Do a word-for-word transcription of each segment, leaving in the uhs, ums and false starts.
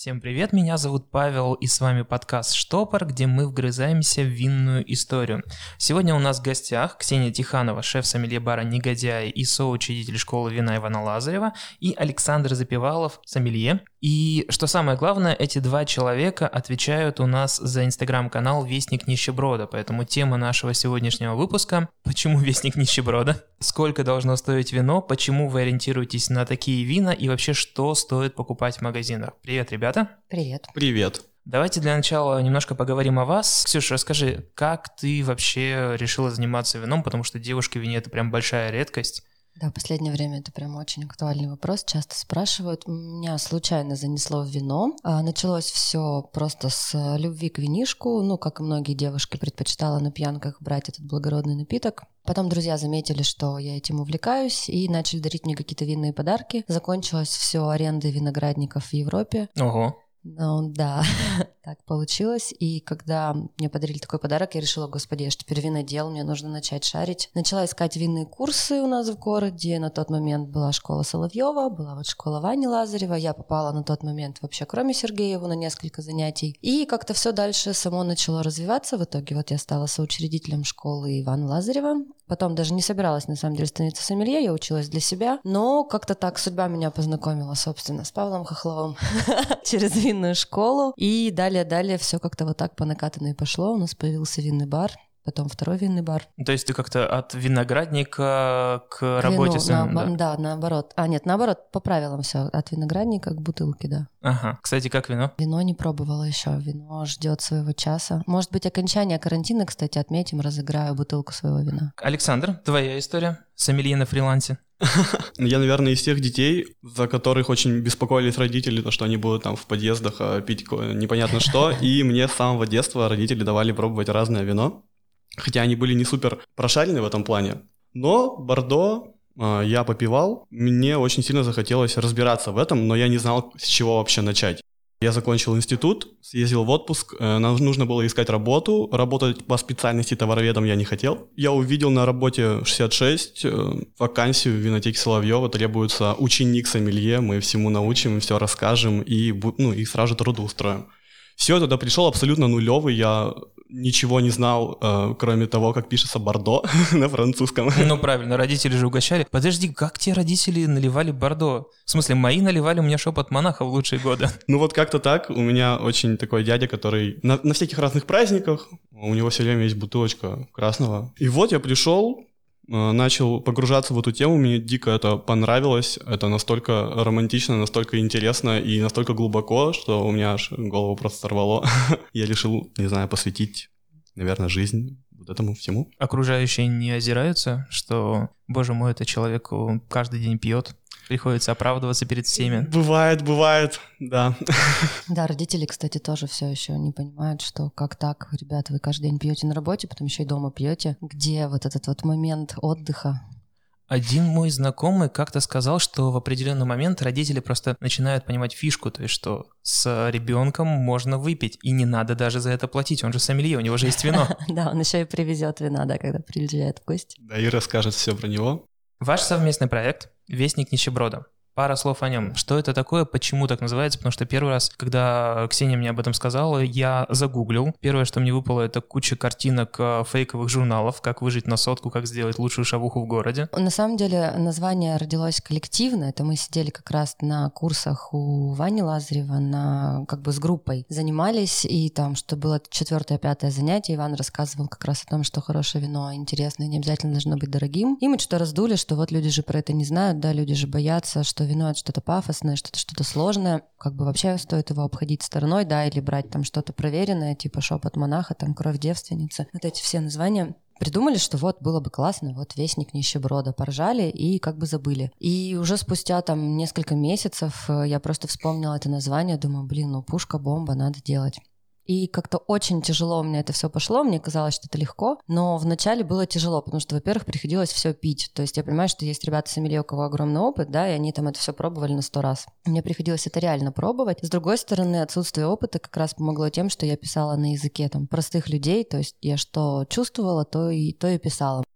Всем привет, меня зовут Павел, и с вами подкаст «Штопор», где мы вгрызаемся в винную историю. Сегодня у нас в гостях Ксения Тиханова, шеф-сомелье бара «Негодяй» и соучредитель школы вина Ивана Лазарева, и Александр Запевалов, сомелье. И, что самое главное, эти два человека отвечают у нас за инстаграм-канал «Вестник Нищеброда», поэтому тема нашего сегодняшнего выпуска – «Почему Вестник Нищеброда?», сколько должно стоить вино, почему вы ориентируетесь на такие вина и вообще что стоит покупать в магазинах. Привет, ребята. Привет. Привет. Давайте для начала немножко поговорим о вас. Ксюша, расскажи, как ты вообще решила заниматься вином, потому что девушки в вине – это прям большая редкость. Да, в последнее время это прям очень актуальный вопрос, часто спрашивают. Меня случайно занесло в вино. А, началось все просто с любви к винишку. Ну, как и многие девушки, предпочитала на пьянках брать этот благородный напиток. Потом друзья заметили, что я этим увлекаюсь, и начали дарить мне какие-то винные подарки. Закончилось все арендой виноградников в Европе. Ого. Ну да, так получилось. И когда мне подарили такой подарок, я решила, господи, я же теперь винодел, мне нужно начать шарить. Начала искать винные курсы у нас в городе. На тот момент была школа Соловьева, была вот школа Вани Лазарева. Я попала на тот момент вообще кроме Сергеева на несколько занятий. И как-то все дальше само начало развиваться. В итоге вот я стала соучредителем школы Ивана Лазарева. Потом даже не собиралась, на самом деле, становиться сомелье, я училась для себя. Но как-то так судьба меня познакомила, собственно, с Павлом Хохловым через винную школу. И далее-далее все как-то вот так по накатанной пошло. У нас появился винный бар, потом второй винный бар. То есть ты как-то от виноградника к работе с вином, на, да? Да, наоборот. А нет, наоборот, по правилам все. От виноградника к бутылке, да. Ага. Кстати, как вино? Вино не пробовала еще. Вино ждет своего часа. Может быть, окончание карантина, кстати, отметим, разыграю бутылку своего вина. Александр, твоя история? Сомелье на фрилансе. Я, наверное, из тех детей, за которых очень беспокоились родители, то, что они будут там в подъездах пить непонятно что. И мне с самого детства родители давали пробовать разное вино. Хотя они были не супер прошарены в этом плане. Но Бордо э, я попивал, мне очень сильно захотелось разбираться в этом, но я не знал, с чего вообще начать. Я закончил институт, съездил в отпуск, э, нам нужно было искать работу, работать по специальности товароведом я не хотел. Я увидел на работе шестьдесят шесть э, вакансию в винотеке Соловьева, требуется ученик сомелье, мы всему научим, все расскажем и, ну, и сразу же трудоустроим. Все, туда пришел абсолютно нулевый, я ничего не знал, э, кроме того, как пишется бордо на французском. Ну правильно, родители же угощали. Подожди, как те родители наливали бордо? В смысле, мои наливали мне шепот монаха в лучшие годы. Ну вот как-то так, у меня очень такой дядя, который на, на всяких разных праздниках, у него все время есть бутылочка красного. И вот я пришел, начал погружаться в эту тему, мне дико это понравилось, это настолько романтично, настолько интересно и настолько глубоко, что у меня аж голову просто сорвало. Я решил, не знаю, посвятить, наверное, жизнь вот этому всему. Окружающие не озираются, что, боже мой, это человек каждый день пьет, приходится оправдываться перед всеми. Бывает, бывает, да. Да, родители, кстати, тоже все еще не понимают, что как так, ребята, вы каждый день пьете на работе, потом еще и дома пьете. Где вот этот вот момент отдыха? Один мой знакомый как-то сказал, что в определенный момент родители просто начинают понимать фишку, то есть что с ребенком можно выпить, и не надо даже за это платить, он же сомелье, у него же есть вино. Да, он еще и привезет вина, да, когда приезжает в гости. Да, и расскажет все про него. Ваш совместный проект «Вестник Нищеброда». Пара слов о нем. Что это такое, почему так называется? Потому что первый раз, когда Ксения мне об этом сказала, я загуглил. Первое, что мне выпало, это куча картинок фейковых журналов, как выжить на сотку, как сделать лучшую шавуху в городе. На самом деле название родилось коллективно. Это мы сидели как раз на курсах у Вани Лазарева, на, как бы с группой занимались, и там, что было четвертое, пятое занятие, Иван рассказывал как раз о том, что хорошее вино интересное, не обязательно должно быть дорогим. И мы что-то раздули, что вот люди же про это не знают, да, люди же боятся, что вино — это что-то пафосное, что-то что-то сложное, как бы вообще стоит его обходить стороной, да, или брать там что-то проверенное, типа шепот монаха, там кровь девственницы. Вот эти все названия. Придумали, что вот было бы классно, вот Вестник Нищеброда, поржали и как бы забыли. И уже спустя там несколько месяцев я просто вспомнила это название, думаю, блин, ну пушка, бомба, надо делать. И как-то очень тяжело у меня это все пошло, мне казалось, что это легко, но вначале было тяжело, потому что, во-первых, приходилось все пить. То есть я понимаю, что есть ребята-сомелье, у кого огромный опыт, да, и они там это все пробовали на сто раз. Мне приходилось это реально пробовать. С другой стороны, отсутствие опыта как раз помогло тем, что я писала на языке там простых людей, то есть я что чувствовала, то и, то и писала.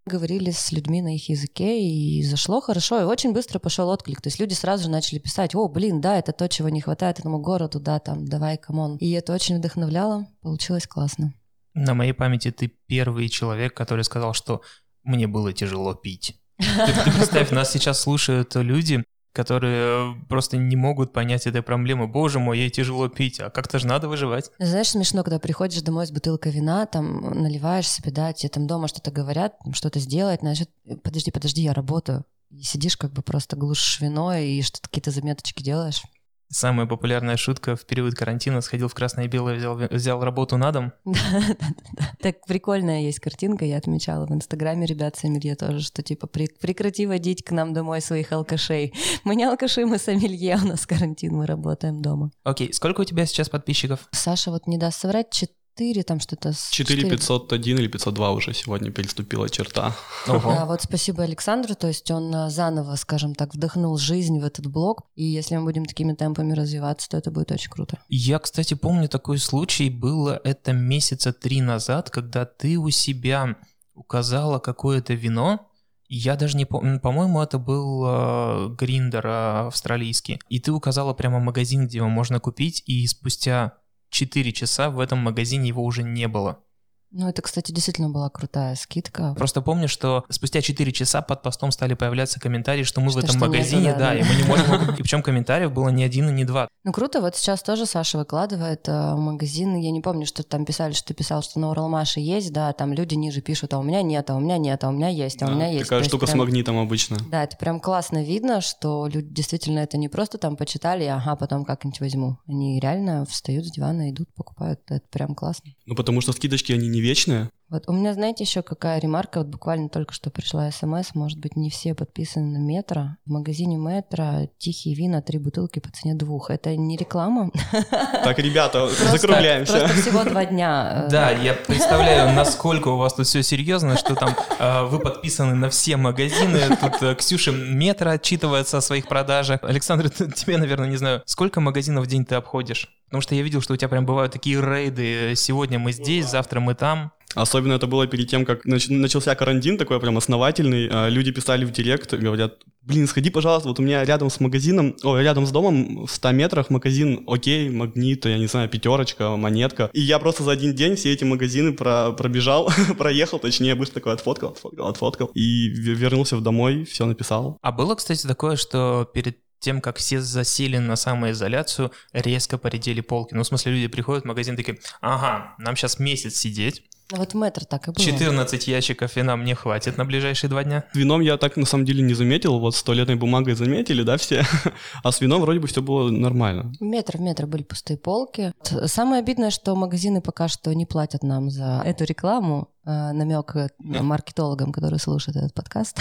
Говорили с людьми на их языке, и зашло хорошо, и очень быстро пошел отклик. То есть люди сразу же начали писать: о, блин, да, это то, чего не хватает этому городу, да, там, давай, камон. И это очень вдохновляло, получилось классно. На моей памяти ты первый человек, который сказал, что мне было тяжело пить. Ты, ты представь, нас сейчас слушают люди, которые просто не могут понять этой проблемы. Боже мой, ей тяжело пить, а как-то же надо выживать. Знаешь, смешно, когда приходишь домой с бутылкой вина, там наливаешь себе, да, тебе там дома что-то говорят, что-то сделать, значит, подожди, подожди, я работаю. И сидишь как бы просто глушишь вино и что-то какие-то заметочки делаешь. Самая популярная шутка в период карантина: сходил в красное и белое, взял, взял работу на дом. Да-да-да. Так прикольная есть картинка, я отмечала в Инстаграме ребят сомелье тоже, что типа прекрати водить к нам домой своих алкашей. Мы не алкаши, мы сомелье, у нас карантин, мы работаем дома. Окей, сколько у тебя сейчас подписчиков? Саша вот не даст соврать, четыре там что-то... четыре пятьсот один или пятьсот два уже сегодня переступила черта. Ого. Да, вот спасибо Александру, то есть он заново, скажем так, вдохнул жизнь в этот блог, и если мы будем такими темпами развиваться, то это будет очень круто. Я, кстати, помню такой случай, было это месяца три назад, когда ты у себя указала какое-то вино. Я даже не помню, по-моему, это был э, Гриндер э, австралийский, и ты указала прямо магазин, где его можно купить, и спустя четыре часа в этом магазине его уже не было. Ну, это, кстати, действительно была крутая скидка. Просто помню, что спустя четыре часа под постом стали появляться комментарии, что мы что, в этом что магазине, нету, да, да, да, и мы не можем... И причем комментариев было не один и не два. Ну, круто, вот сейчас тоже Саша выкладывает э, магазин, я не помню, что там писали, что ты писал, что на Уралмаше есть, да, там люди ниже пишут: а у меня нет, а у меня нет, а у меня есть, а Да, у меня есть. такая То штука есть с прям... магнитом обычно. Да, это прям классно видно, что люди действительно это не просто там почитали, ага, потом как-нибудь возьму. Они реально встают с дивана, идут, покупают, это прям классно. Ну, потому что скидочки, они не вечные. Вот у меня, знаете, еще какая ремарка, вот буквально только что пришла смс, может быть, не все подписаны на Метро. В магазине Метро тихие вина, три бутылки по цене двух. Это не реклама. Так, ребята, закругляемся. Просто всего два дня. Да, я представляю, насколько у вас тут все серьезно, что там э, вы подписаны на все магазины. Тут э, Ксюша Метро отчитывается о своих продажах. Александр, тебе, наверное, не знаю, сколько магазинов в день ты обходишь? Потому что я видел, что у тебя прям бывают такие рейды. Сегодня мы здесь, завтра мы там. Особенно это было перед тем, как нач- начался карантин, такой прям основательный. А, люди писали в директ, говорят: блин, сходи, пожалуйста, вот у меня рядом с магазином, ой, рядом с домом в ста метрах магазин Окей, Магнит, я не знаю, Пятерочка, Монетка. И я просто за один день все эти магазины про- пробежал, проехал, точнее, быстро такой отфоткал, отфоткал, отфоткал. И в- вернулся в домой, все написал. А было, кстати, такое, что перед тем, как все засели на самоизоляцию, резко поредели полки? Ну, в смысле, люди приходят в магазин такие: ага, нам сейчас месяц сидеть. Ну вот в Метро так и было. четырнадцать ящиков вина мне хватит на ближайшие два дня. С вином я так на самом деле не заметил, вот с туалетной бумагой заметили, да, все? А с вином вроде бы все было нормально. В Метро, в Метро были пустые полки. Самое обидное, что магазины пока что не платят нам за эту рекламу. Намек маркетологам, которые слушают этот подкаст.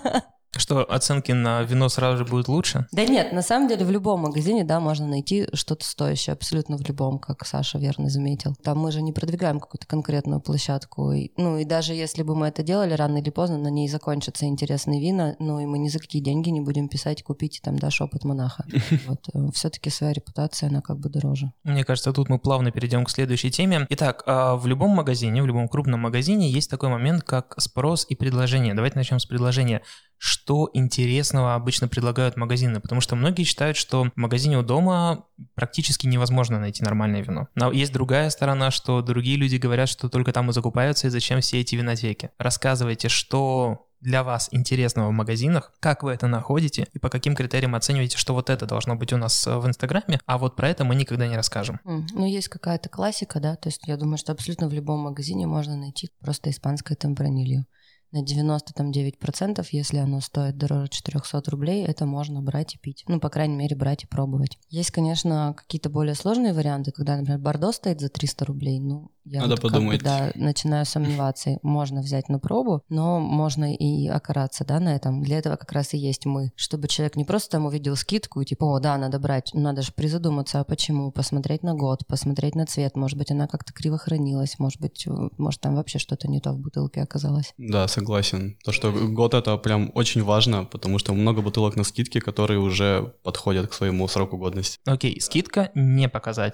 Что, оценки на вино сразу же будут лучше? Да нет, на самом деле в любом магазине, да, можно найти что-то стоящее, абсолютно в любом, как Саша верно заметил. Там мы же не продвигаем какую-то конкретную площадку. И, ну и даже если бы мы это делали, рано или поздно на ней закончатся интересные вина, ну и мы ни за какие деньги не будем писать: купите там, да, шепот монаха. Вот. Все-таки своя репутация, она как бы дороже. Мне кажется, тут мы плавно перейдем к следующей теме. Итак, в любом магазине, в любом крупном магазине есть такой момент, как спрос и предложение. Давайте начнем с предложения. Что интересного обычно предлагают магазины? Потому что многие считают, что в магазине у дома практически невозможно найти нормальное вино. Но есть другая сторона, что другие люди говорят, что только там и закупаются, и зачем все эти винотеки. Рассказывайте, что для вас интересного в магазинах, как вы это находите и по каким критериям оцениваете, что вот это должно быть у нас в Инстаграме, а вот про это мы никогда не расскажем. Mm. Ну, есть какая-то классика, да, то есть я думаю, что абсолютно в любом магазине можно найти просто испанское темпранильо. На девяносто девять процентов, если оно стоит дороже четыреста рублей, это можно брать и пить. Ну, по крайней мере, брать и пробовать. Есть, конечно, какие-то более сложные варианты, когда, например, бордо стоит за триста рублей. Ну, я Надо вот подумать. Как бы, да, начинаю сомневаться. Можно взять на пробу, но можно и окараться, да, на этом. Для этого как раз и есть мы. Чтобы человек не просто там увидел скидку и типа: о, да, надо брать. Надо же призадуматься, а почему? Посмотреть на год, посмотреть на цвет. Может быть, она как-то криво хранилась. Может быть, может там вообще что-то не то в бутылке оказалось. Да, согласен. То, что год — это прям очень важно, потому что много бутылок на скидке, которые уже подходят к своему сроку годности. Окей, скидка не показатель.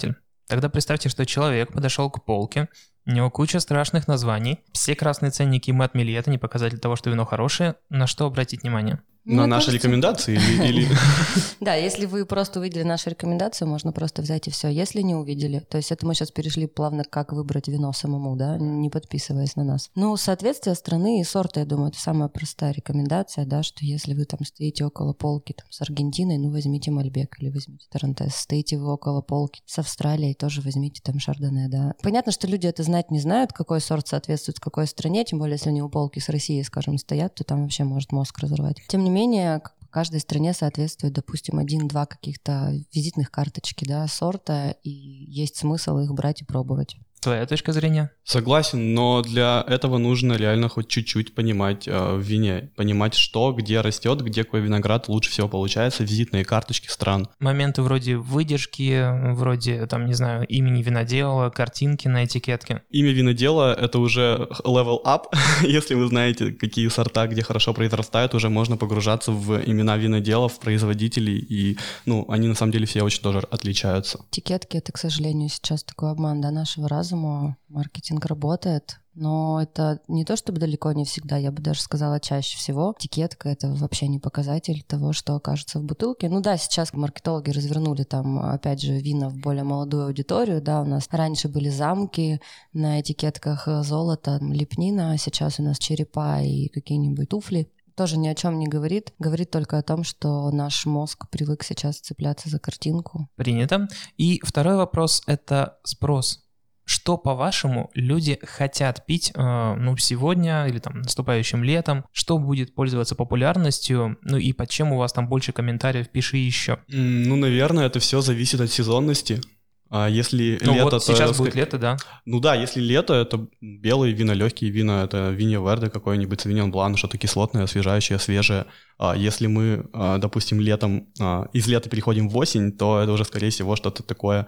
Тогда представьте, что человек подошел к полке, у него куча страшных названий, все красные ценники мы отмели, это не показатель того, что вино хорошее. На что обратить внимание? На наши рекомендации или... или... Да, если вы просто увидели наши рекомендации, можно просто взять и все. Если не увидели, то есть это мы сейчас перешли плавно, как выбрать вино самому, да, не подписываясь на нас. Ну, соответствие страны и сорта, я думаю, это самая простая рекомендация, да, что если вы там стоите около полки там, с Аргентиной, ну, возьмите Мальбек или возьмите Тарантес. Стоите вы около полки с Австралией, тоже возьмите там Шардоне, да. Понятно, что люди это знать не знают, какой сорт соответствует какой стране, тем более, если они у полки с Россией, скажем, стоят, то там вообще может мозг разорвать. Тем не менее, каждой стране соответствует, допустим, один-два каких-то визитных карточки, да, сорта, и есть смысл их брать и пробовать. Твоя точка зрения? Согласен, но для этого нужно реально хоть чуть-чуть понимать э, в вине, понимать, что, где растет, где какой виноград лучше всего получается, визитные карточки стран. Моменты вроде выдержки, вроде, там, не знаю, имени винодела, картинки на этикетке. Имя винодела — это уже level up. Если вы знаете, какие сорта, где хорошо произрастают, уже можно погружаться в имена виноделов, производителей, и, ну, они на самом деле все очень тоже отличаются. Этикетки — это, к сожалению, сейчас такой обман, да, нашего разума. Маркетинг работает, но это не то чтобы далеко не всегда, я бы даже сказала чаще всего. Этикетка — это вообще не показатель того, что окажется в бутылке. Ну да, сейчас маркетологи развернули там, опять же, вина в более молодую аудиторию, да, у нас раньше были замки на этикетках золото, лепнина, а сейчас у нас черепа и какие-нибудь туфли. Тоже ни о чем не говорит. Говорит только о том, что наш мозг привык сейчас цепляться за картинку. Принято. И второй вопрос — это спрос. Что, по-вашему, люди хотят пить, э, ну, сегодня или там наступающим летом? Что будет пользоваться популярностью? Ну и под чем у вас там больше комментариев? Пиши еще. Ну, наверное, это все зависит от сезонности. А если ну лето, вот то... сейчас будет лето, да? Ну да, если лето, это белые вина, легкие вина, это винья верде какой-нибудь, савиньон блан, что-то кислотное, освежающее, свежее. А если мы, допустим, летом, из лета переходим в осень, то это уже, скорее всего, что-то такое,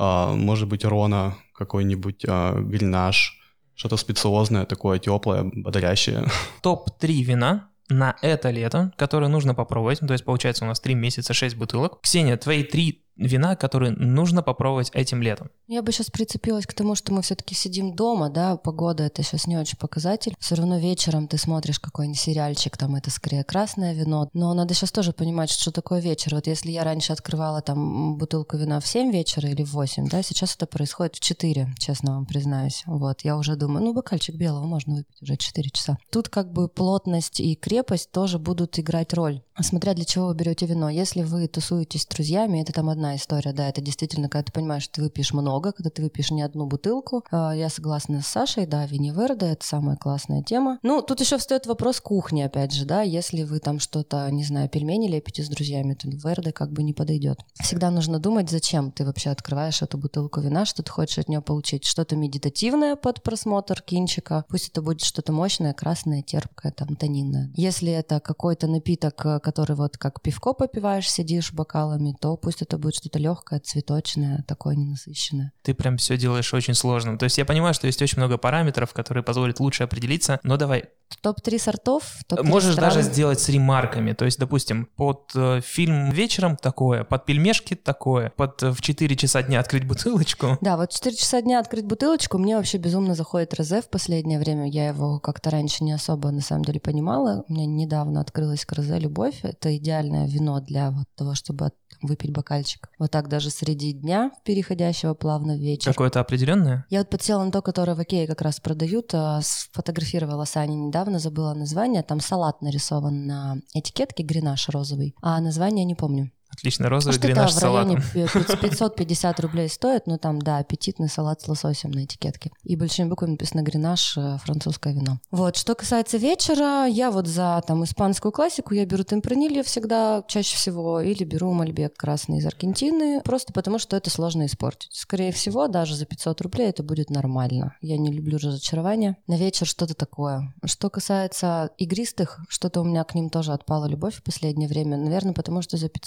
может быть, рона, какой-нибудь гренаж, что-то специозное, такое теплое, бодрящее. топ три вина на это лето, которые нужно попробовать. То есть, получается, у нас три месяца, шесть бутылок. Ксения, твои три вина, которые нужно попробовать этим летом. Я бы сейчас прицепилась к тому, что мы все-таки сидим дома, да, погода — это сейчас не очень показатель. Все равно вечером ты смотришь какой-нибудь сериальчик, там это скорее красное вино, но надо сейчас тоже понимать, что такое вечер. Вот если я раньше открывала там бутылку вина в семь вечера или в восемь, да, сейчас это происходит в четыре, честно вам признаюсь. Вот, я уже думаю, ну, бокальчик белого можно выпить уже четыре часа. Тут как бы плотность и крепость тоже будут играть роль, смотря для чего вы берете вино. Если вы тусуетесь с друзьями, это там одна история, да, это действительно, когда ты понимаешь, что ты выпьешь много, когда ты выпьешь не одну бутылку. Я согласна с Сашей, да, винья верде — это самая классная тема. Ну, тут еще встает вопрос кухни, опять же, да, если вы там что-то, не знаю, пельмени лепите с друзьями, то верде как бы не подойдет. Всегда нужно думать, зачем ты вообще открываешь эту бутылку вина, что ты хочешь от нее получить. Что-то медитативное под просмотр кинчика, пусть это будет что-то мощное, красное, терпкое, там, тонинное. Если это какой-то напиток, который вот как пивко попиваешь, сидишь бокалами, то пусть это будет что-то легкое, цветочное, такое ненасыщенное. Ты прям все делаешь очень сложным. То есть я понимаю, что есть очень много параметров, которые позволят лучше определиться, но давай. топ три сортов, топ три Можешь стран. даже сделать с ремарками. То есть, допустим, под э, фильм вечером такое, под пельмешки такое, под э, в четыре часа дня открыть бутылочку. Да, вот в четыре часа дня открыть бутылочку. Мне вообще безумно заходит розе в последнее время. Я его как-то раньше не особо, на самом деле, понимала. У меня недавно открылась к розе любовь. Это идеальное вино для вот того, чтобы выпить бокальчик. Вот так даже среди дня, переходящего плавно в вечер. Какое-то определенное? Я вот подсела на то, которое в Окее как раз продают. Сфотографировала Саня недавно, забыла название. Там салат нарисован на этикетке, гренаж розовый. А название не помню. Отлично, розовый Что-то гренаж с в районе салатом. пятьсот пятьдесят рублей стоит, но там, да, аппетитный салат с лососем на этикетке. И большими буквами написано «Гренаж, французское вино». Вот, что касается вечера, я вот за там испанскую классику, я беру темпранильо всегда, чаще всего, или беру мальбек красный из Аргентины, просто потому что это сложно испортить. Скорее всего, даже за пятьсот рублей это будет нормально. Я не люблю разочарования. На вечер что-то такое. Что касается игристых, что-то у меня к ним тоже отпала любовь в последнее время. Наверное, потому что за пятьсот игристых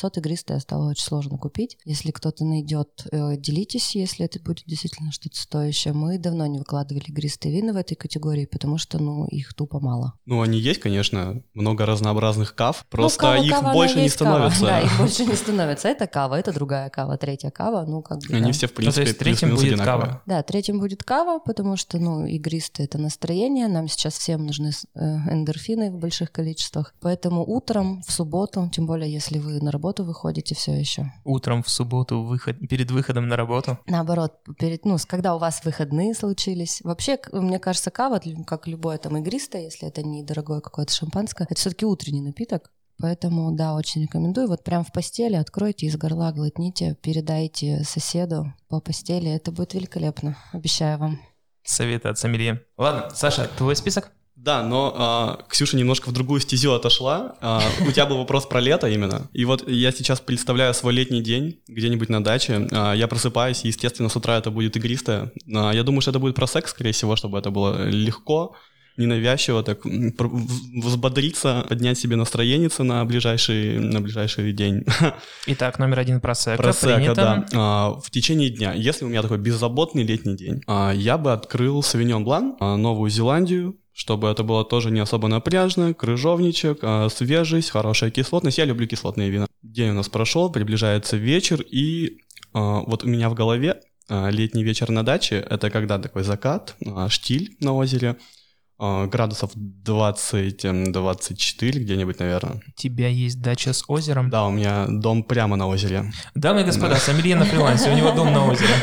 игристое стало очень сложно купить. Если кто-то найдет, э, делитесь, если это будет действительно что-то стоящее. Мы давно не выкладывали игристые вина в этой категории, потому что, ну, их тупо мало. Ну, они есть, конечно, много разнообразных кав, просто ну, кава, их кава, больше не становится. Кава. Да, их больше не становится. Это кава, это другая кава, третья кава, ну, как бы, Они да. все, в принципе, ну, то есть третьим будет одинаковые. кава. Да, третьим будет кава, потому что, ну, игристое — это настроение, нам сейчас всем нужны э, эндорфины в больших количествах, поэтому утром, в субботу, тем более, если вы на работу выходите все еще. Утром в субботу, выход, перед выходом на работу? Наоборот, перед, ну, когда у вас выходные случились. Вообще, мне кажется, кава, как любое там игристое, если это не дорогое какое-то шампанское, это все-таки утренний напиток. Поэтому, да, очень рекомендую. Вот прям в постели откройте, из горла глотните, передайте соседу по постели. Это будет великолепно, обещаю вам. Советы от сомелье. Ладно, Саша, твой список? Да, но а, Ксюша немножко в другую стезю отошла. А, у тебя был вопрос про лето именно. И вот я сейчас представляю свой летний день где-нибудь на даче. А, я просыпаюсь, и, естественно, с утра это будет игристое. А, я думаю, что это будет про секс, скорее всего, чтобы это было легко, ненавязчиво, так взбодриться, поднять себе настроение на ближайший, на ближайший день. Итак, номер один просека. Просека, принято. да. А, в течение дня, если у меня такой беззаботный летний день, а, я бы открыл Савиньон Блан, а, Новую Зеландию, чтобы это было тоже не особо напряжно, крыжовничек, а, свежесть, хорошая кислотность. Я люблю кислотные вина. День у нас прошел, приближается вечер, и а, вот у меня в голове а, летний вечер на даче — это когда такой закат, а, штиль на озере, а, градусов двадцать двадцать четыре где-нибудь, наверное. У тебя есть дача с озером? Да, у меня дом прямо на озере. Дамы и господа, сомелье на фрилансе, у него дом на озере.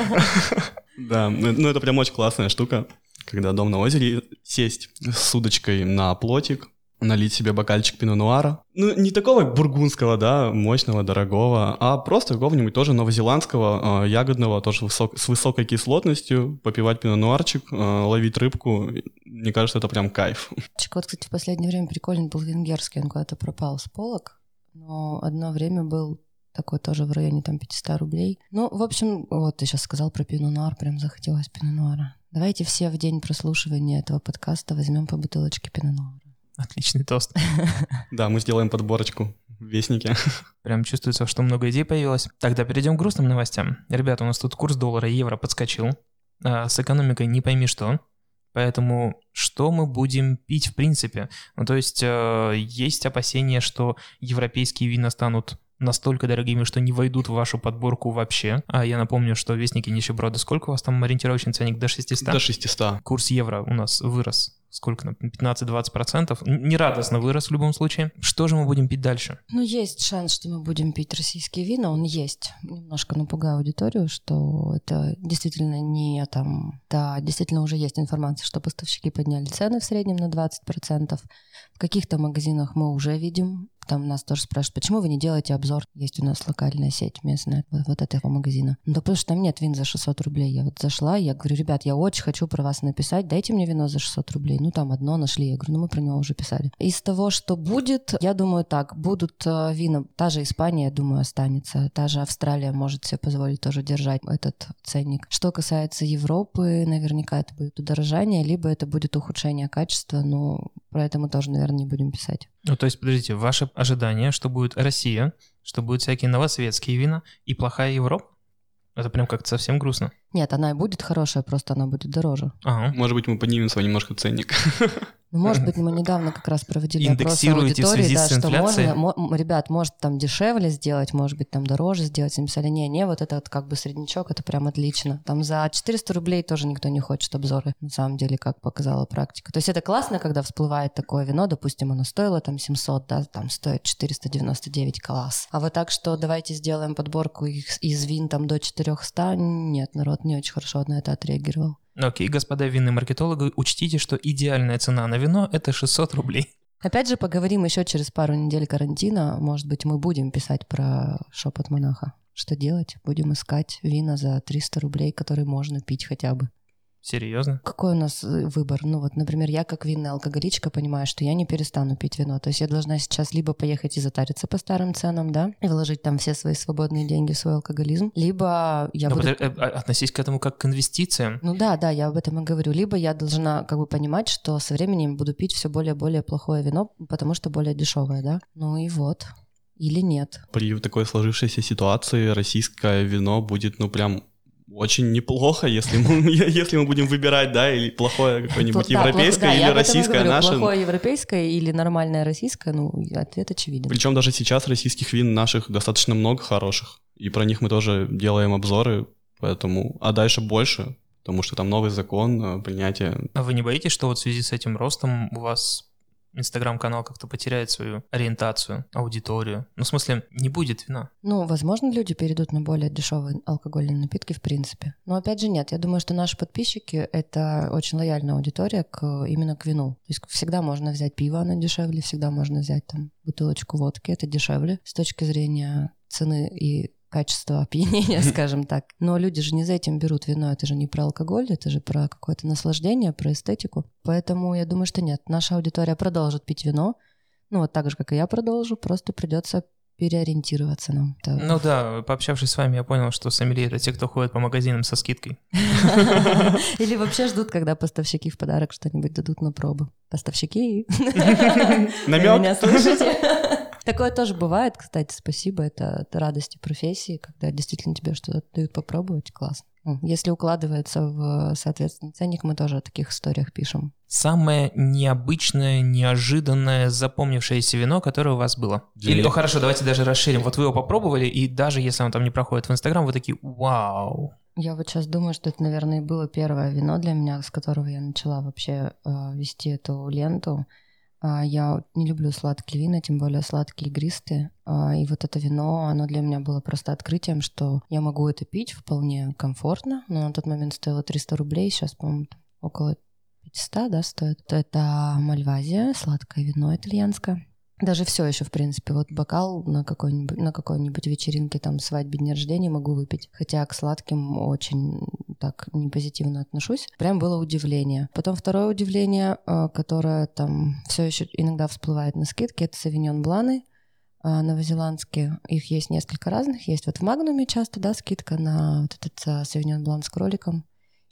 Да, ну это прям очень классная штука, когда дом на озере, сесть с удочкой на плотик, налить себе бокальчик пино-нуара. Ну, не такого бургундского, да, мощного, дорогого, а просто какого-нибудь тоже новозеландского, э, ягодного, тоже высок, с высокой кислотностью, попивать пино-нуарчик, э, ловить рыбку. Мне кажется, это прям кайф. Вот, кстати, в последнее время прикольный был венгерский, он куда-то пропал с полок, но одно время был такой тоже в районе там пятьсот рублей. Ну, в общем, вот ты сейчас сказал про пино-нуар, прям захотелось пино-нуара. Давайте все в день прослушивания этого подкаста возьмем по бутылочке пино-нуара. Отличный тост. Да, мы сделаем подборочку в Вестнике. Прям чувствуется, что много идей появилось. Тогда перейдем к грустным новостям. Ребята, у нас тут курс доллара и евро подскочил. А с экономикой не пойми что. Поэтому что мы будем пить в принципе? Ну, то есть э, есть опасения, что европейские вина станут настолько дорогими, что не войдут в вашу подборку вообще. А я напомню, что Вестники нищеброда, сколько у вас там ориентировочный ценник? До шестисот? До шестисот. Курс евро у нас вырос. Сколько? пятнадцать-двадцать процентов. Нерадостно вырос в любом случае. Что же мы будем пить дальше? Ну, есть шанс, что мы будем пить российские вина. Он есть. Немножко напугаю аудиторию, что это действительно не там... Да, действительно уже есть информация, что поставщики подняли цены в среднем на двадцать процентов. В каких-то магазинах мы уже видим. Там нас тоже спрашивают, почему вы не делаете обзор? Есть у нас локальная сеть местная вот, вот этого магазина. Ну, да потому что там нет вин за шестьсот рублей. Я вот зашла, и я говорю, ребят, я очень хочу про вас написать, дайте мне вино за шестьсот рублей. Ну, там одно нашли. Я говорю, ну, мы про него уже писали. Из того, что будет, я думаю так, будут э, вина, та же Испания, я думаю, останется. Та же Австралия может себе позволить тоже держать этот ценник. Что касается Европы, наверняка это будет удорожание, либо это будет ухудшение качества, но про это мы тоже, наверное, не будем писать. Ну, то есть, подождите, ваше ожидание, что будет Россия, что будут всякие новосветские вина и плохая Европа? Это прям как-то совсем грустно. Нет, она и будет хорошая, просто она будет дороже. Ага. Может быть, мы поднимем свой немножко ценник. Ну, может быть, мы недавно как раз проводили опрос индексируете в аудитории, связи да, с что инфляцией? можно, мо, ребят, может там дешевле сделать, может быть там дороже сделать. Им писали, не, не, вот этот как бы среднячок, это прям отлично. Там за четыреста рублей тоже никто не хочет обзоры, на самом деле, как показала практика. То есть это классно, когда всплывает такое вино, допустим, оно стоило там семьсот, да, там стоит четыреста девяносто девять, класс. А вот так, что давайте сделаем подборку их из вин там до четырехсот, нет, народ не очень хорошо на это отреагировал. Окей, господа винные маркетологи, учтите, что идеальная цена на вино – это шестьсот рублей. Опять же, поговорим еще через пару недель карантина. Может быть, мы будем писать про шепот монаха. Что делать? Будем искать вина за триста рублей, которые можно пить хотя бы. Серьезно? Какой у нас выбор? Ну вот, например, я как винная алкоголичка понимаю, что я не перестану пить вино. То есть я должна сейчас либо поехать и затариться по старым ценам, да, и вложить там все свои свободные деньги в свой алкоголизм, либо я Но буду... под... Относись к этому как к инвестициям. Ну да, да, я об этом и говорю. Либо я должна как бы понимать, что со временем буду пить все более и более плохое вино, потому что более дешевое, да. Ну и вот. или нет. При такой сложившейся ситуации российское вино будет, ну, прям очень неплохо, если мы, если мы будем выбирать, да, или плохое какое-нибудь да, европейское, плохо, да, или российское наше. Плохое европейское или нормальное российское, ну, ответ очевиден. Причем даже сейчас российских вин наших достаточно много хороших, и про них мы тоже делаем обзоры, поэтому, а дальше больше, потому что там новый закон, принятие. А вы не боитесь, что вот в связи с этим ростом у вас Инстаграм-канал как-то потеряет свою ориентацию, аудиторию? Ну, в смысле, не будет вина? Ну, возможно, люди перейдут на более дешевые алкогольные напитки, в принципе. Но опять же нет. Я думаю, что наши подписчики — это очень лояльная аудитория к, именно к вину. То есть всегда можно взять пиво, оно дешевле, всегда можно взять там бутылочку водки, это дешевле с точки зрения цены и качество опьянения, скажем так. Но люди же не за этим берут вино, это же не про алкоголь, это же про какое-то наслаждение, про эстетику. Поэтому я думаю, что нет, наша аудитория продолжит пить вино, ну вот так же, как и я продолжу, просто придется переориентироваться нам. Ну да, пообщавшись с вами, я понял, что сомелье — это те, кто ходит по магазинам со скидкой. Или вообще ждут, когда поставщики в подарок что-нибудь дадут на пробу. Поставщики. Намёк. Вы меня слышите? Такое тоже бывает, кстати, спасибо, это, это радости профессии, когда действительно тебе что-то дают попробовать, классно. Если укладывается в, соответственно, ценник, мы тоже о таких историях пишем. Самое необычное, неожиданное, запомнившееся вино, которое у вас было? Или, ну хорошо, давайте даже расширим. Вот вы его попробовали, и даже если он там не проходит в Инстаграм, вы такие «Вау!». Я вот сейчас думаю, что это, наверное, было первое вино для меня, с которого я начала вообще э, вести эту ленту. Я не люблю сладкие вина, тем более сладкие игристые. И вот это вино, оно для меня было просто открытием, что я могу это пить вполне комфортно. Но на тот момент стоило триста рублей, сейчас, по-моему, около пятьсот, да, стоит. Это Мальвазия, сладкое вино итальянское. Даже все еще, в принципе, вот бокал на какой-нибудь, на какой-нибудь вечеринке, там, свадьбе, дне рождения могу выпить. Хотя к сладким очень так непозитивно отношусь. Прям было удивление. Потом второе удивление, которое там все еще иногда всплывает на скидке, это Савиньон Бланы новозеландские. Их есть несколько разных. Есть вот в Магнуме часто, да, скидка на вот этот Савиньон Блан с кроликом.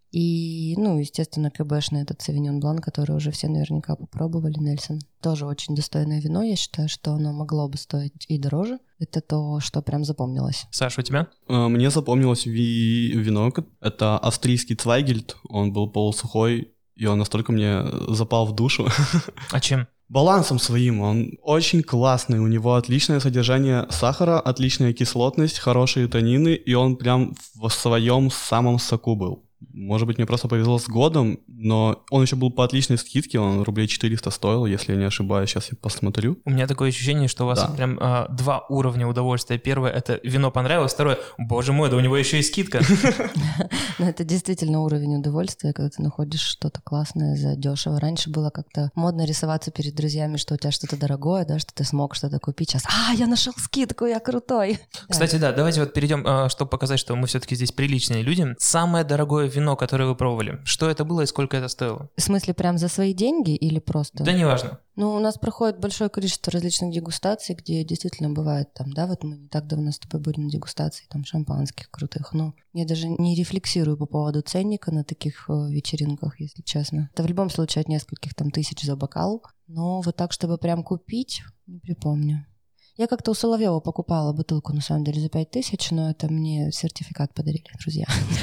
И, ну, естественно, КБшный этот Савиньон Блан, который уже все наверняка попробовали, Нельсон. Тоже очень достойное вино. Я считаю, что оно могло бы стоить и дороже. Это то, что прям запомнилось. Саша, у тебя? Мне запомнилось ви- вино. Это австрийский Цвайгельд. Он был полусухой, и он настолько мне запал в душу. А чем? Балансом своим. Он очень классный. У него отличное содержание сахара, отличная кислотность, хорошие танины, и он прям в своем самом соку был. Может быть, мне просто повезло с годом, но он еще был по отличной скидке, он рублей четыреста стоил, если я не ошибаюсь, сейчас я посмотрю. У меня такое ощущение, что у вас да. прям а, два уровня удовольствия. Первое — это вино понравилось, второе — боже мой, да у него еще и скидка. Ну, это действительно уровень удовольствия, когда ты находишь что-то классное за дешево. Раньше было как-то модно рисоваться перед друзьями, что у тебя что-то дорогое, да, что ты смог что-то купить. Сейчас, а, я нашел скидку, я крутой. Кстати, да, давайте вот перейдем, чтобы показать, что мы все-таки здесь приличные люди. Самое дорогое вино, которое вы пробовали, что это было и сколько это стоило? В смысле, прям за свои деньги или просто? Да неважно. Ну, у нас проходит большое количество различных дегустаций, где действительно бывает там, да, вот мы не так давно с тобой были на дегустации там шампанских крутых, но я даже не рефлексирую по поводу ценника на таких э, вечеринках, если честно. Это в любом случае от нескольких там тысяч за бокал, но вот так, чтобы прям купить, не припомню. Я как-то у Соловьева покупала бутылку, на самом деле, за пять тысяч, но это мне сертификат подарили, друзья.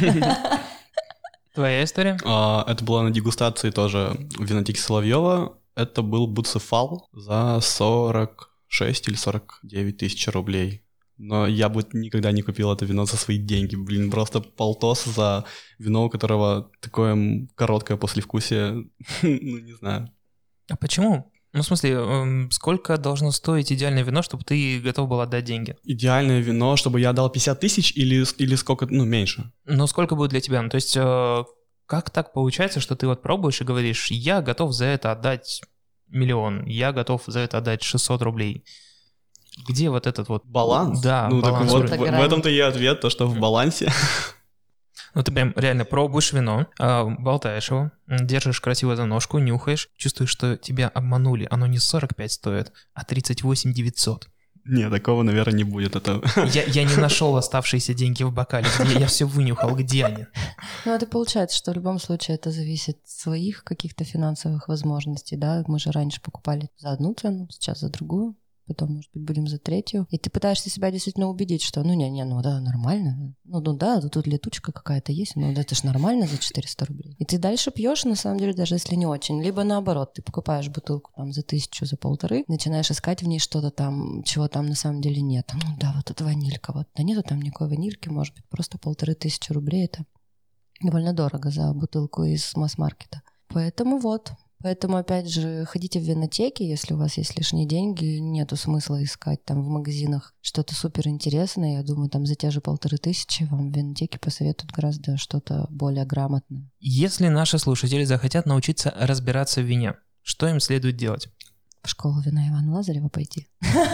Твоя история? А, это было на дегустации тоже в винотеке Соловьева. Это был Буцефал за сорок шесть или сорок девять тысяч рублей. Но я бы никогда не купил это вино за свои деньги. Блин, просто полтос за вино, у которого такое короткое послевкусие. Ну, не знаю. А почему? Ну, в смысле, сколько должно стоить идеальное вино, чтобы ты готов был отдать деньги? Идеальное вино, чтобы я дал пятьдесят тысяч или, или сколько, ну, меньше? Ну, сколько будет для тебя? Ну, то есть, как так получается, что ты вот пробуешь и говоришь, я готов за это отдать миллион, я готов за это отдать шестьсот рублей? Где вот этот вот... Баланс? Да, ну, баланс. Так вот, в, в этом-то и ответ, то, что в балансе. Ну, ты прям реально пробуешь вино, болтаешь его, держишь красиво за ножку, нюхаешь, чувствуешь, что тебя обманули. Оно не сорок пять стоит, а тридцать восемь девятьсот. Не, такого, наверное, не будет. Это... Я, я не нашел оставшиеся деньги в бокале, где я все вынюхал, где они. Ну, это получается, что в любом случае это зависит от своих каких-то финансовых возможностей, да? Мы же раньше покупали за одну цену, сейчас за другую. потом, может быть, будем за третью. И ты пытаешься себя действительно убедить, что ну не-не, ну да, нормально. Ну, ну да, тут летучка какая-то есть, ну да, это ж нормально за четыреста рублей. И ты дальше пьешь, на самом деле, даже если не очень. Либо наоборот, ты покупаешь бутылку там за тысячу, за полторы, начинаешь искать в ней что-то там, чего там на самом деле нет. Ну да, вот это ванилька, вот. Да нету там никакой ванильки, может быть, просто полторы тысячи рублей. Это довольно дорого за бутылку из масс-маркета. Поэтому вот. Поэтому, опять же, ходите в винотеки, если у вас есть лишние деньги, нету смысла искать там в магазинах что-то суперинтересное. Я думаю, там за те же полторы тысячи вам в винотеке посоветуют гораздо что-то более грамотное. Если наши слушатели захотят научиться разбираться в вине, что им следует делать? В школу вина Ивана Лазарева пойти.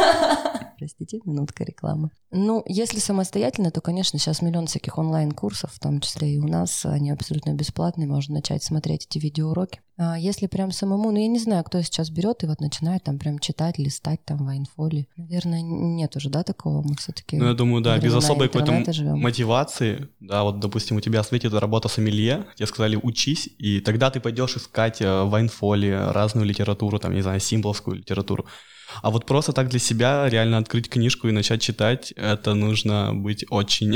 Простите, минутка рекламы. Ну, если самостоятельно, то, конечно, сейчас миллион всяких онлайн-курсов, в том числе и у нас, они абсолютно бесплатные, можно начать смотреть эти видеоуроки. А если прям самому, ну, я не знаю, кто сейчас берет и вот начинает там прям читать, листать там в Вайнфоле. Наверное, нет уже, да, такого? Мы все-таки Ну, я думаю, да, без особой какой-то мотивации, да, вот, допустим, у тебя светит работа сомелье, тебе сказали учись, и тогда ты пойдешь искать в Вайнфоле разную литературу, там, не знаю, символскую литературу. А вот просто так для себя реально открыть книжку и начать читать, это нужно быть очень,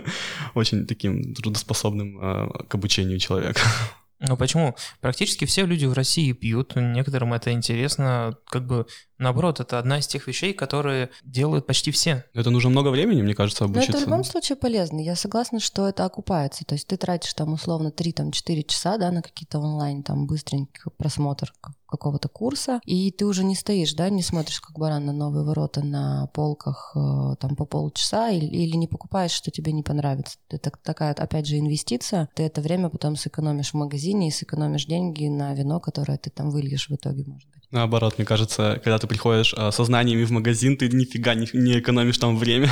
очень таким трудоспособным э, к обучению человека. Ну почему? Практически все люди в России пьют, некоторым это интересно, как бы наоборот, это одна из тех вещей, которые делают почти все. Это нужно много времени, мне кажется, обучиться. Но это в любом случае полезно. Я согласна, что это окупается. То есть ты тратишь там условно три-четыре часа, да, на какие-то онлайн, там, быстренький просмотр какого-то курса, и ты уже не стоишь, да, не смотришь как баран на новые ворота на полках там по полчаса или, или не покупаешь, что тебе не понравится. Это такая, опять же, инвестиция. Ты это время потом сэкономишь в магазине и сэкономишь деньги на вино, которое ты там выльешь в итоге, может быть. Наоборот, мне кажется, когда ты приходишь а, со знаниями в магазин, ты нифига не, не экономишь там время.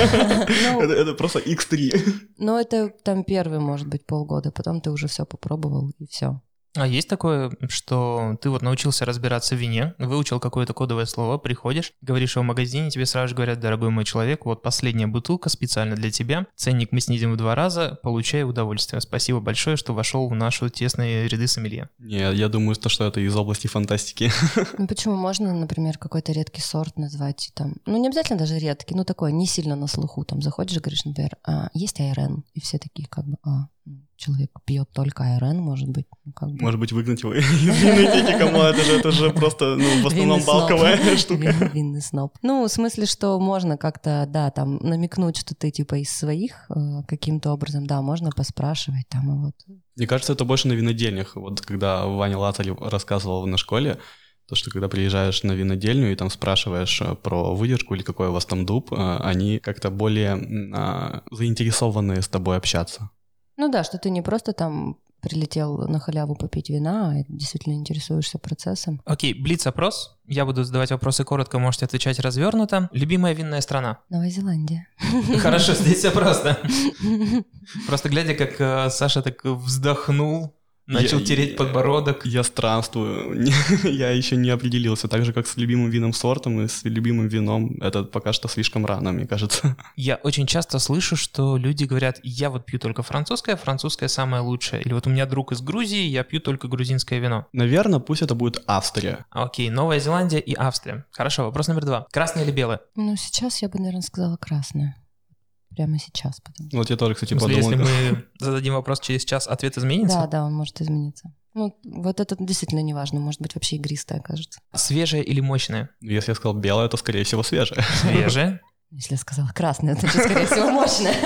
Это просто икс три. Ну, это там первый, может быть, полгода, потом ты уже все попробовал, и все. А есть такое, что ты вот научился разбираться в вине, выучил какое-то кодовое слово, приходишь, говоришь его в магазине, тебе сразу же говорят: дорогой мой человек, вот последняя бутылка специально для тебя, ценник мы снизим в два раза, получай удовольствие. Спасибо большое, что вошел в наши тесные ряды сомелье. Не, я думаю, что это из области фантастики. Ну почему? Можно, например, какой-то редкий сорт назвать, там, ну не обязательно даже редкий, ну такой, не сильно на слуху, там заходишь, говоришь, например, а, есть Айрен, и все такие как бы, а, человек пьет только Айрен, может быть. Ну, как бы. Может быть, выгнать его из винотеки, кому это же, это же просто, ну, в основном балковая штука. Винный сноб. Ну, в смысле, что можно как-то, да, там, намекнуть, что ты, типа, из своих э, каким-то образом, да, можно поспрашивать там, и вот. Мне кажется, это больше на винодельнях. Вот когда Ваня Лазарев рассказывал на школе, то, что когда приезжаешь на винодельню и там спрашиваешь про выдержку или какой у вас там дуб, они как-то более а, заинтересованы с тобой общаться. Ну да, что ты не просто там прилетел на халяву попить вина, а действительно интересуешься процессом. Окей, блиц-опрос. Я буду задавать вопросы коротко, можете отвечать развернуто. Любимая винная страна? Новая Зеландия. Хорошо, здесь все просто. Просто глядя, как Саша так вздохнул, начал я, тереть подбородок. Я странствую. Я еще не определился. Так же, как с любимым винным сортом и с любимым вином. Это пока что слишком рано, мне кажется. Я очень часто слышу, что люди говорят: я вот пью только французское, французское самое лучшее. Или вот у меня друг из Грузии, я пью только грузинское вино. Наверное, пусть это будет Австрия. Окей, Новая Зеландия и Австрия. Хорошо, вопрос номер два. Красное или белое? Ну, сейчас я бы, наверное, сказала красное. Прямо сейчас. Потому... Вот я тоже, кстати, подумал. подумал. Если мы зададим вопрос через час, ответ изменится? Да, да, он может измениться. Ну, вот это действительно не важно. Может быть, вообще игристое окажется. Свежее или мощное? Если я сказал белое, то, скорее всего, свежее. Свежее. Если я сказала красное, то, скорее всего, мощное.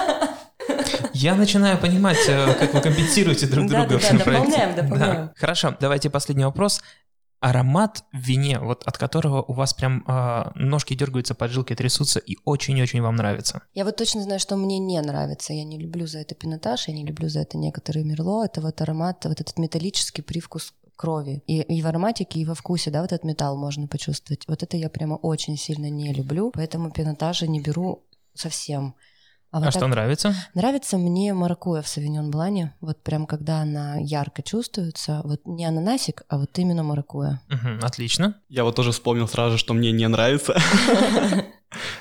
Я начинаю понимать, как вы компенсируете друг друга. Да, да, дополняем, дополняем. Хорошо, давайте последний вопрос. Аромат в вине, вот от которого у вас прям э, ножки дергаются, поджилки трясутся и очень-очень вам нравится. Я вот точно знаю, что мне не нравится. Я не люблю за это пинотаж, я не люблю за это некоторые мерло. Это вот аромат, вот этот металлический привкус крови. И, и в ароматике, и во вкусе, да, вот этот металл можно почувствовать. Вот это я прямо очень сильно не люблю, поэтому пинотажи не беру совсем. А, вот а что нравится? Нравится мне маракуйя в Савиньон Блане. Вот прям когда она ярко чувствуется. Вот не ананасик, а вот именно маракуйя. Угу, отлично. Я вот тоже вспомнил сразу, что мне не нравится.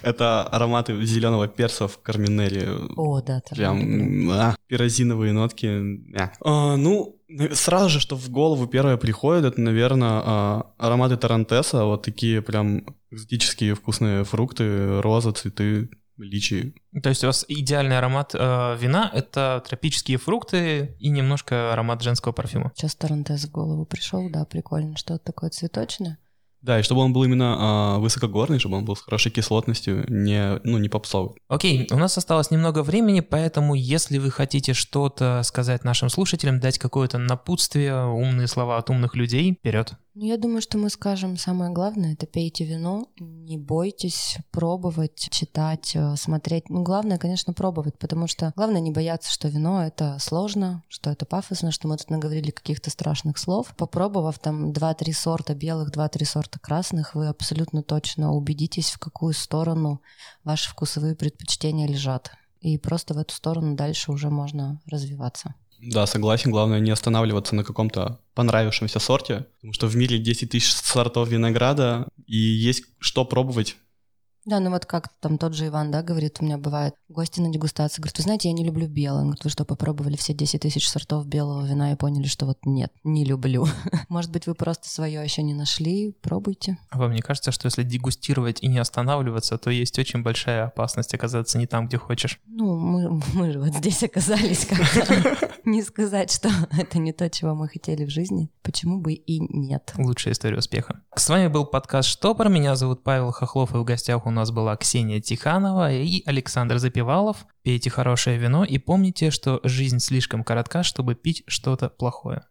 Это ароматы зеленого перца в карминере. О, да, прям а, пирозиновые нотки. А, ну, сразу же, что в голову первое приходит, это, наверное, а, ароматы тарантеса, вот такие прям экзотические вкусные фрукты, роза, цветы, личи. То есть у вас идеальный аромат э, вина — это тропические фрукты и немножко аромат женского парфюма. Сейчас тарантес в голову пришел, да, прикольно, что-то такое цветочное. Да, и чтобы он был именно а, высокогорный, чтобы он был с хорошей кислотностью, не, ну, не попсовый. Окей, у нас осталось немного времени, поэтому если вы хотите что-то сказать нашим слушателям, дать какое-то напутствие, умные слова от умных людей, вперед. Ну, я думаю, что мы скажем самое главное — это пейте вино, не бойтесь пробовать, читать, смотреть. Ну, главное, конечно, пробовать, потому что главное не бояться, что вино — это сложно, что это пафосно, что мы тут наговорили каких-то страшных слов. Попробовав там два-три сорта белых, два-три сорта красных, вы абсолютно точно убедитесь, в какую сторону ваши вкусовые предпочтения лежат. И просто в эту сторону дальше уже можно развиваться. Да, согласен, главное не останавливаться на каком-то понравившемся сорте, потому что в мире десять тысяч сортов винограда, и есть что пробовать. Да, ну вот как там тот же Иван, да, говорит, у меня бывают гости на дегустации, говорит, вы знаете, я не люблю белое. Он говорит, вы что, попробовали все десять тысяч сортов белого вина и поняли, что вот нет, не люблю. Может быть, вы просто свое еще не нашли, пробуйте. А вам не кажется, что если дегустировать и не останавливаться, то есть очень большая опасность оказаться не там, где хочешь? Ну, мы, мы же вот здесь оказались как-то. Не сказать, что это не то, чего мы хотели в жизни. Почему бы и нет? Лучшая история успеха. С вами был подкаст «Штопор». Меня зовут Павел Хохлов, и в гостях у нас была Ксения Тиханова и Александр Запевалов. Пейте хорошее вино и помните, что жизнь слишком коротка, чтобы пить что-то плохое.